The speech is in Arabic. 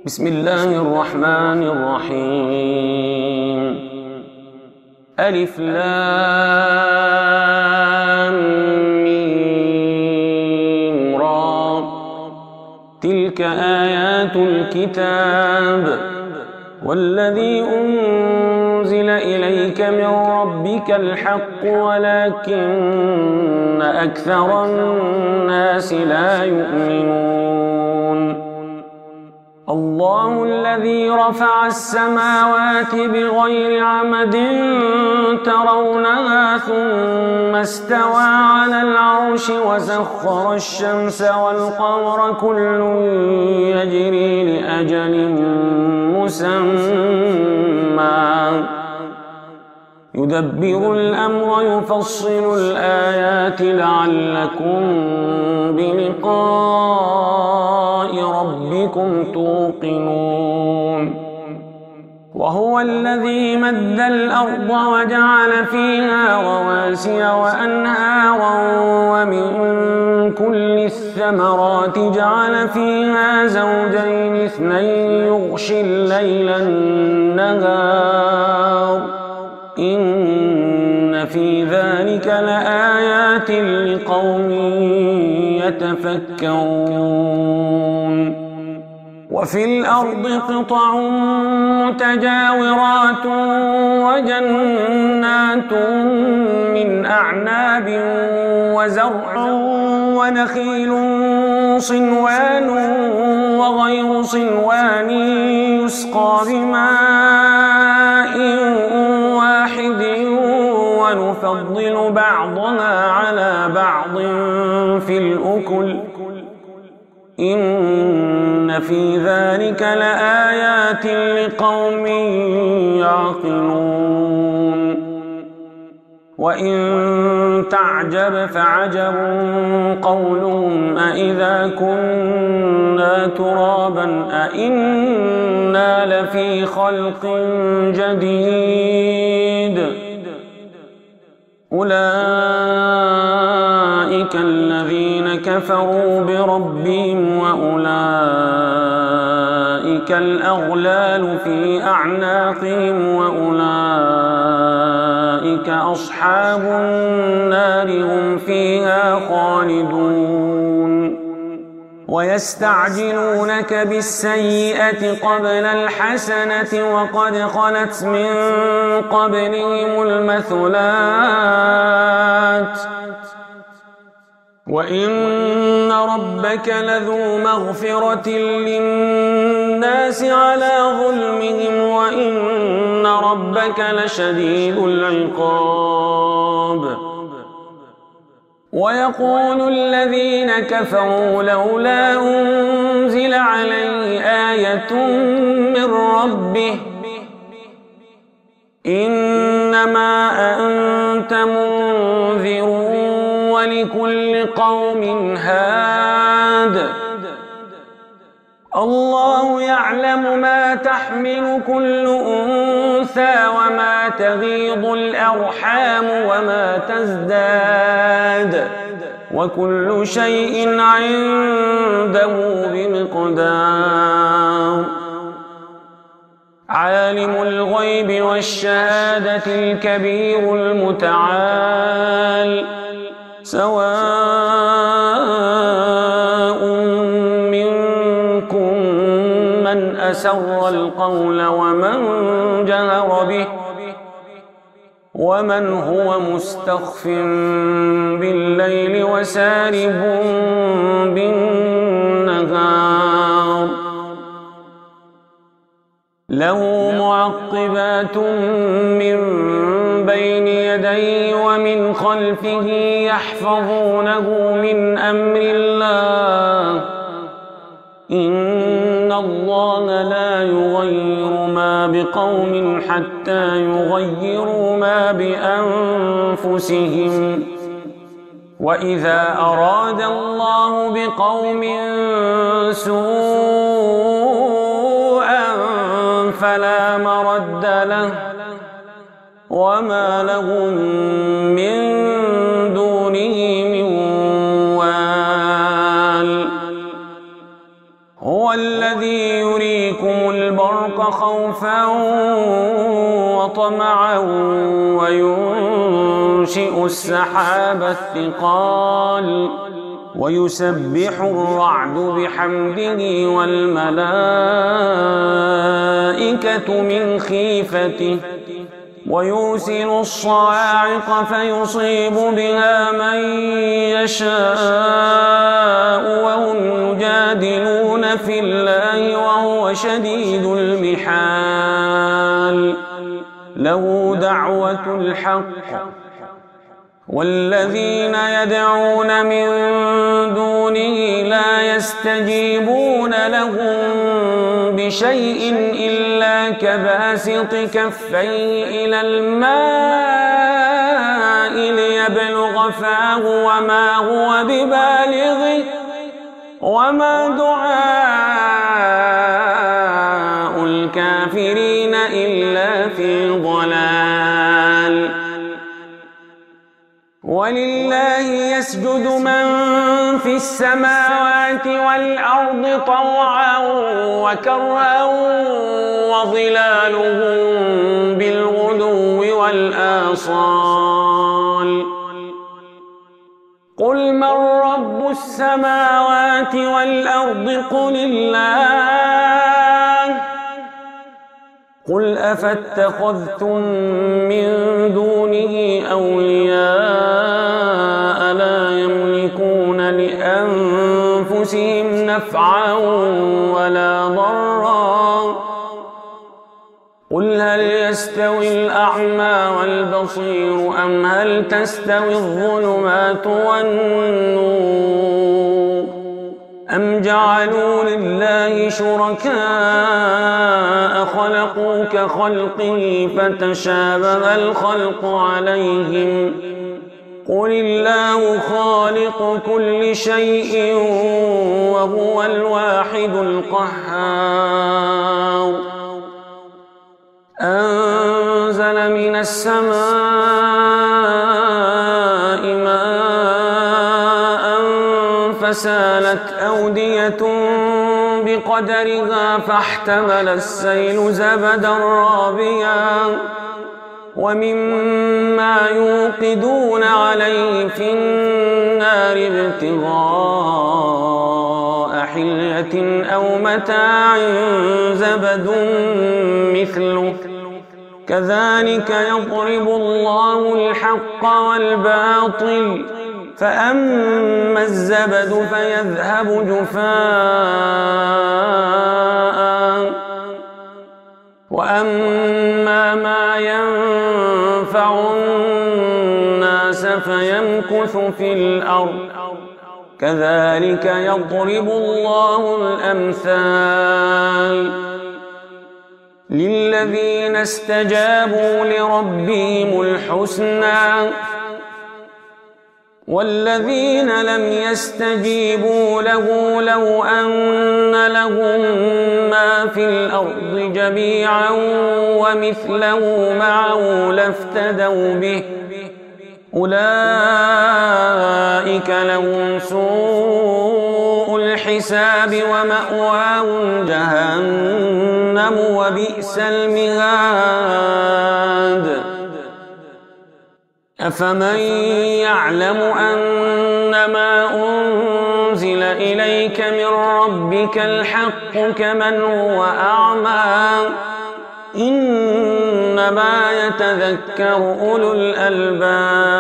بسم الله الرحمن الرحيم. ألف لام ميم را، تلك آيات الكتاب والذي أنزل إليك من ربك الحق ولكن أكثر الناس لا يؤمنون. الله الذي رفع السماوات بغير عمد ترونها ثم استوى على العرش وسخر الشمس والقمر كل يجري لأجل مسمى يدبر الأمر يفصل الآيات لعلكم بلقاء ربكم توقنون. وهو الذي مد الأرض وجعل فيها رواسي وأنهارا ومن كل الثمرات جعل فيها زوجين اثنين يغشي الليل النهار إن في ذلك لآيات لقوم يتفكرون. وفي الأرض قطع متجاورات وجنات من أعناب وزرع ونخيل صنوان وغير صنوان يسقى بماء واحد ونفضل بعضها على بعض في الأكل إن في ذلك لآيات لقوم يعقلون. وإن تعجب فعجب قولهم أإذا كنا ترابا أإنا لفي خلق جديد أولئك الذين كفروا بربهم وأولئك الأغلال في أعناقهم وأولئك أصحاب النار هم فيها خالدون. ويستعجلونك بالسيئة قبل الحسنة وقد خلت من قبلهم المثلات وإن ربك لذو مغفرة للناس على ظلمهم وإن ربك لشديد العقاب. ويقول الذين كفروا لولا أنزل عليه آية من ربه إنما أنت منذر ولكل قوم هاد الله يعلم ما تحمل كل أنثى وما تغيض الأرحام وما تزداد وكل شيء عنده بمقدار. عالم الغيب والشهادة الكبير المتعال سواء منكم من أسر القول ومن جهر به ومن هو مستخف بالليل وسارب بالنهار له معقبات من بين يديه ومن خلفه يحفظونه من أمر الله إن الله لا يغير ما بقوم حتى يغيروا ما بأنفسهم وإذا أراد الله بقوم سوءا فلا مرد له وما لهم من دونه من وال هو الذي يريكم يريكم البرق خوفا وطمعا وينشئ السحاب الثقال ويسبح الرعد بحمده والملائكة من خيفته ويرسل الصواعق فيصيب بها من يشاء وهم يجادلون في الله وهو شديد المحال له دعوة الحق والذين يدعون من دونه لا يستجيبون لهم بشيء إلا كباسط كفيه إلى الماء ليبلغ فاه وما هو ببالغه وما دعاء الكافرين إلا في ضلال ولله يسجد من في السماوات والأرض طوعا وكرها وظلالهم بالغدو والآصال قل من رب السماوات والأرض قل الله قل أفاتخذتم من دونه أولياء لا يملكون لأنفسهم نفعا ولا ضرا قل هل يستوي الأعمى والبصير أم هل تستوي الظلمات والنور أم جعلوا لله شركاء خلقوا كخلقه فتشابه الخلق عليهم قل الله خالق كل شيء وهو الواحد القهار أنزل من السماء ماء فسالت أودية بقدرها فاحتمل السيل زبدا رابيا ومما يوقدون عليه في النار ابتغاء حلية أو متاع زبد مثله كذلك يضرب الله الحق والباطل فأما الزبد فيذهب جفاء وأما ما ينفع الناس فيمكث في الأرض كذلك يضرب الله الأمثال للذين استجابوا لربهم الحسنى والذين لم يستجيبوا له لو أن لهم ما في الأرض جميعا ومثله معه لافتدوا به أولئك لهم سوء الحساب ومأواهم جهنم وبئس المهاد أفمن يعلم أنما أنزل إليك من ربك الحق كمن هو أعمى إنما يتذكر أولو الألباب